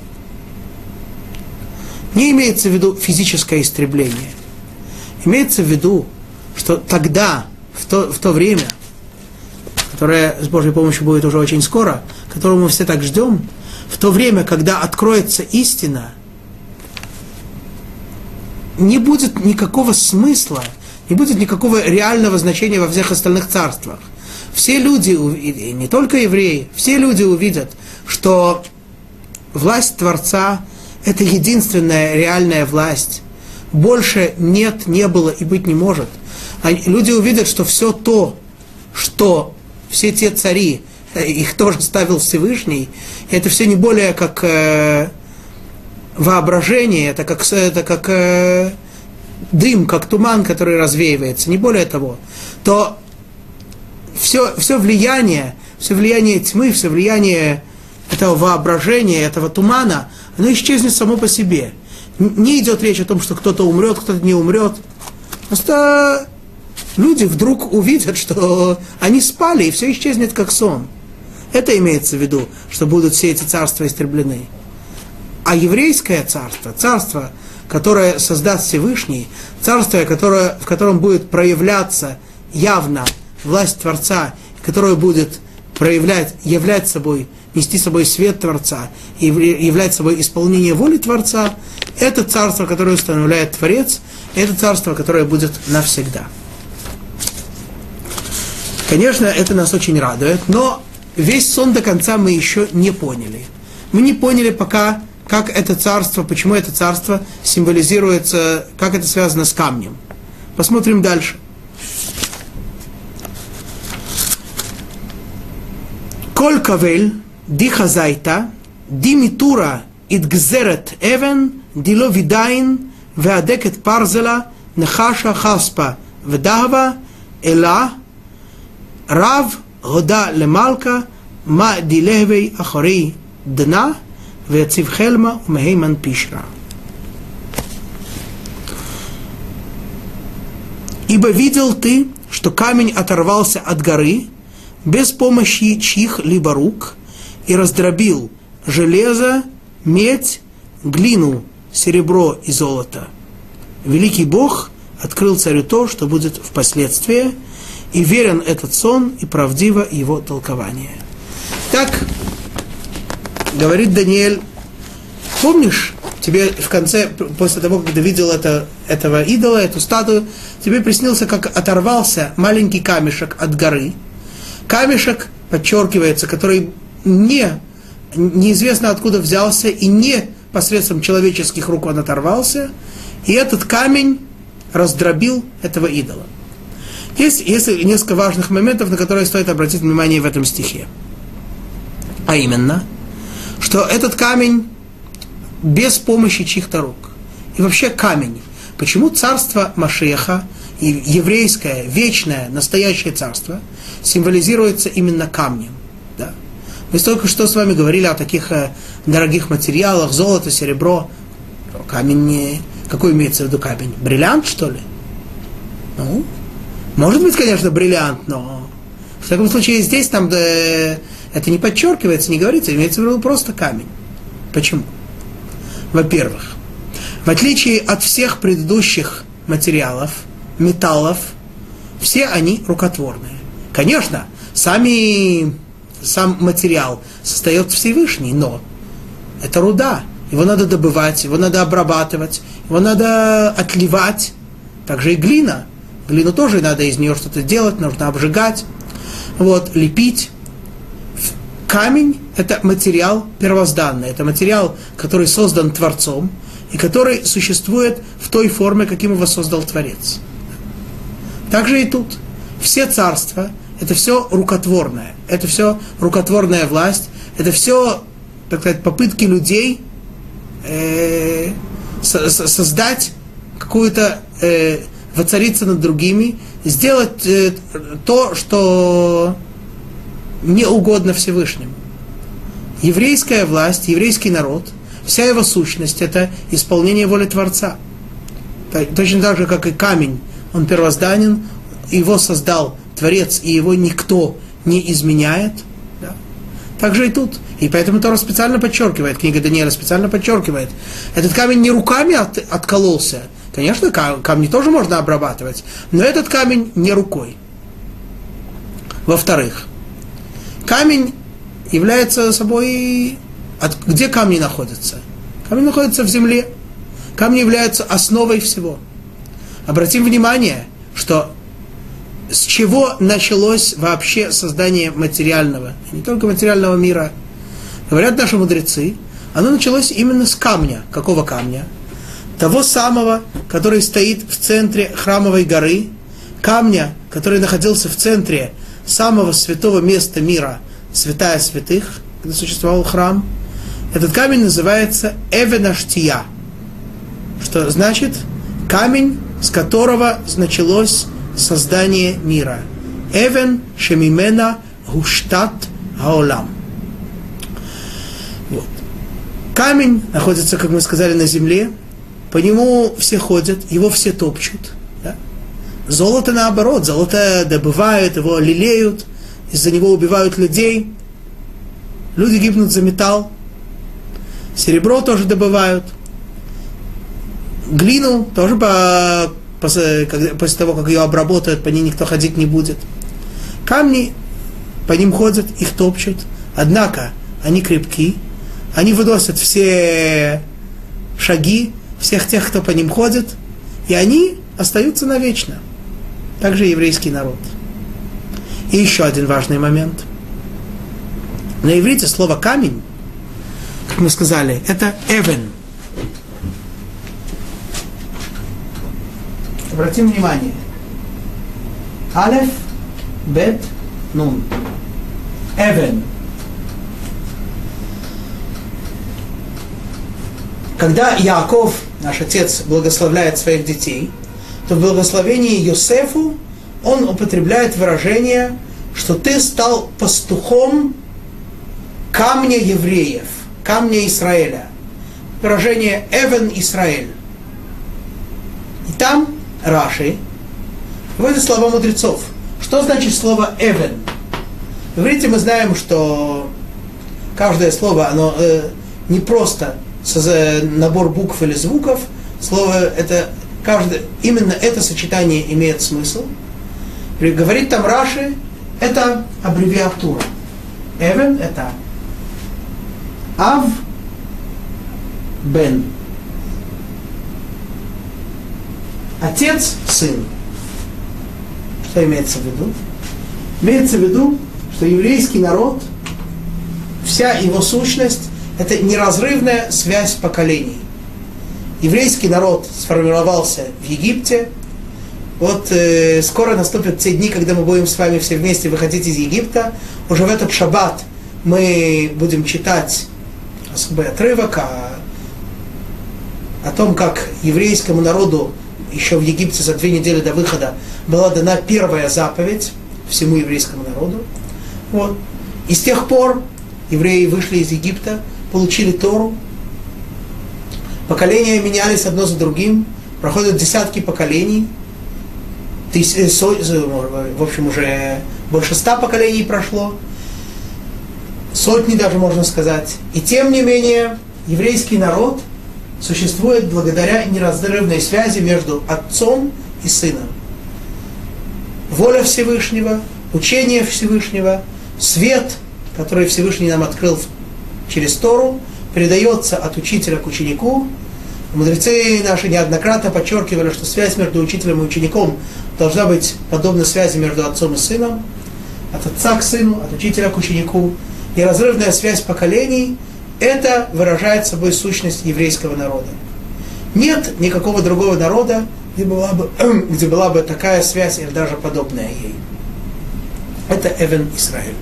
[SPEAKER 1] Не имеется в виду физическое истребление. Имеется в виду, что тогда, в то время, которое с Божьей помощью будет уже очень скоро, которого мы все так ждем, в то время, когда откроется истина, не будет никакого смысла, не будет никакого реального значения во всех остальных царствах. Все люди, и не только евреи, все люди увидят, что власть Творца – это единственная реальная власть. Больше нет, не было и быть не может. Люди увидят, что все то, что все те цари, их тоже ставил Всевышний, это все не более как воображение, это как дым, как туман, который развеивается, не более того, то все влияние тьмы, все влияние этого воображения, этого тумана, оно исчезнет само по себе. Не идет речь о том, что кто-то умрет, кто-то не умрет. Просто люди вдруг увидят, что они спали, и все исчезнет как сон. Это имеется в виду, что будут все эти царства истреблены. А еврейское царство, царство, которое создаст Всевышний, царство, в котором будет проявляться явно власть Творца, которое будет являть собой, нести собой свет Творца и являть собой исполнение воли Творца, это царство, которое устанавливает Творец, это царство, которое будет навсегда. Конечно, это нас очень радует, но весь сон до конца мы еще не поняли. Мы не поняли пока, как это царство, почему это царство символизируется, как это связано с камнем. Посмотрим дальше. Коль кавель ди хазайта ди митура идгзерет эвен дило видайн веадекет парзела нехаша хаспа ведахва эла רב הודה למלכה מה דילהבי אחרי דנה ויציב חלמה ומהימן פישרה. Ибо видел ты, что камень оторвался от горы без помощи чьих-либо рук и раздробил железо, медь, глину, серебро и золото. Великий Бог открыл царю то, что будет впоследствии, и верен этот сон, и правдиво его толкование. Так говорит Даниэль, помнишь, тебе в конце, после того, как ты видел этого идола, эту статую, тебе приснился, как оторвался маленький камешек от горы. Камешек, подчеркивается, который неизвестно откуда взялся, и не посредством человеческих рук он оторвался, и этот камень раздробил этого идола. Есть несколько важных моментов, на которые стоит обратить внимание в этом стихе. А именно, что этот камень без помощи чьих-то рук. И вообще камень. Почему царство Машиаха, и еврейское, вечное, настоящее царство, символизируется именно камнем? Да. Мы только что с вами говорили о таких дорогих материалах, золото, серебро. Камень не... Какой имеется в виду камень? Бриллиант, что ли? Ну... Может быть, конечно, бриллиант, но в таком случае здесь там это не подчеркивается, не говорится, имеется в виду просто камень. Почему? Во-первых, в отличие от всех предыдущих материалов, металлов, все они рукотворные. Конечно, сам материал создает Всевышний, но это руда. Его надо добывать, его надо обрабатывать, его надо отливать. Также и глина. Глину тоже надо из нее что-то делать, нужно обжигать, лепить. Камень – это материал первозданный, это материал, который создан Творцом и который существует в той форме, каким его создал Творец. Также и тут. Все царства – это все рукотворное, это все рукотворная власть, это все, так сказать, попытки людей создать какую-то... воцариться над другими, сделать то, что не угодно Всевышнему. Еврейская власть, еврейский народ, вся его сущность – это исполнение воли Творца. Точно так же, как и камень, он первозданен, его создал Творец, и его никто не изменяет. Да? Так же и тут. И поэтому Тора специально подчеркивает, книга Даниэля специально подчеркивает, этот камень не руками откололся. Конечно, камни тоже можно обрабатывать, но этот камень не рукой. Во-вторых, камень является собой... Где камни находятся? Камни находятся в земле. Камни являются основой всего. Обратим внимание, что с чего началось вообще создание материального, не только материального мира. Говорят наши мудрецы, оно началось именно с камня. Какого камня? Того самого, который стоит в центре храмовой горы, камня, который находился в центре самого святого места мира, святая святых, где существовал храм. Этот камень называется Эвен Аштия, что значит камень, с которого началось создание мира. Эвен Шемимена Гуштат Хаолам. Камень находится, как мы сказали, на земле. По нему все ходят, его все топчут. Да? Золото наоборот, золото добывают, его лелеют, из-за него убивают людей. Люди гибнут за металл. Серебро тоже добывают. Глину тоже после того, как ее обработают, по ней никто ходить не будет. Камни, по ним ходят, их топчут. Однако они крепки, они выносят все шаги всех тех, кто по ним ходит, и они остаются навечно. Также еврейский народ. И еще один важный момент. На иврите слово «камень», как мы сказали, это «эвен». Обратим внимание. Алеф, бет, нун. Эвен. Когда Яаков, наш отец, благословляет своих детей, то в благословении Йосефу он употребляет выражение, что ты стал пастухом камня евреев, камня Израиля. Выражение «Эвен Исраэль». И там Раши выводит слова мудрецов. Что значит слово «эвен»? В иврите мы знаем, что каждое слово, оно не просто набор букв или звуков. Слово это именно это сочетание имеет смысл. Говорит там Раши, это аббревиатура. Эвен это Ав Бен. Отец, сын. Что имеется в виду? Имеется в виду, что еврейский народ, вся его сущность, это неразрывная связь поколений. Еврейский народ сформировался в Египте. Вот скоро наступят те дни, когда мы будем с вами все вместе выходить из Египта. Уже в этот шаббат мы будем читать особый отрывок о том, как еврейскому народу еще в Египте за 2 недели до выхода была дана первая заповедь всему еврейскому народу. Вот. И с тех пор евреи вышли из Египта, получили Тору. Поколения менялись одно за другим. Проходят десятки поколений. В общем, уже больше 100 поколений прошло. Сотни даже, можно сказать. И тем не менее, еврейский народ существует благодаря неразрывной связи между отцом и сыном. Воля Всевышнего, учение Всевышнего, свет, который Всевышний нам открыл через Тору, передается от учителя к ученику. Мудрецы наши неоднократно подчеркивали, что связь между учителем и учеником должна быть подобна связи между отцом и сыном, от отца к сыну, от учителя к ученику. Неразрывная связь поколений – это выражает собой сущность еврейского народа. Нет никакого другого народа, где была бы такая связь или даже подобная ей. Это Эвен Исраэль.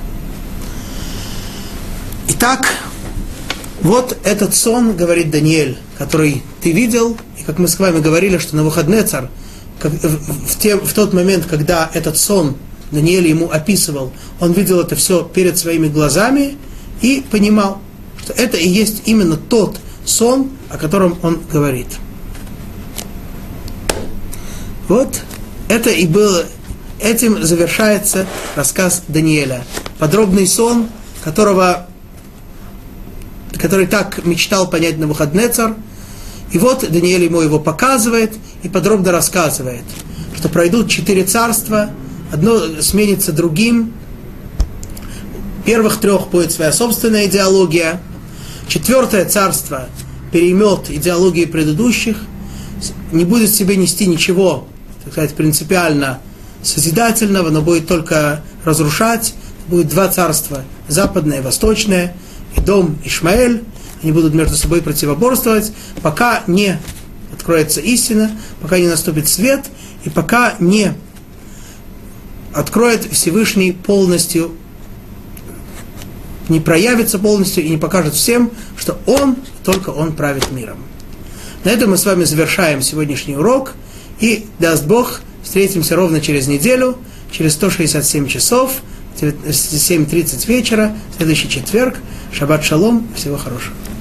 [SPEAKER 1] Итак, вот этот сон, говорит Даниэль, который ты видел, и как мы с вами говорили, что Навуходнецар, в тот момент, когда этот сон Даниэль ему описывал, он видел это все перед своими глазами и понимал, что это и есть именно тот сон, о котором он говорит. Вот это и было, этим завершается рассказ Даниэля. Подробный сон, который так мечтал понять Навуходнецар. И вот Даниэль ему его показывает и подробно рассказывает, что пройдут 4 царства, одно сменится другим, первых 3 будет своя собственная идеология, 4 царство переймет идеологии предыдущих, не будет в себе нести ничего, так сказать, принципиально созидательного, но будет только разрушать. Будет 2 царства, западное и восточное, Идом и Ишмаэль, они будут между собой противоборствовать, пока не откроется истина, пока не наступит свет, и пока не откроет Всевышний полностью, не проявится полностью и не покажет всем, что Он, только Он правит миром. На этом мы с вами завершаем сегодняшний урок, и, даст Бог, встретимся ровно через неделю, через 167 часов, в 7:30 вечера, в следующий четверг. Шаббат шалом, всего хорошего.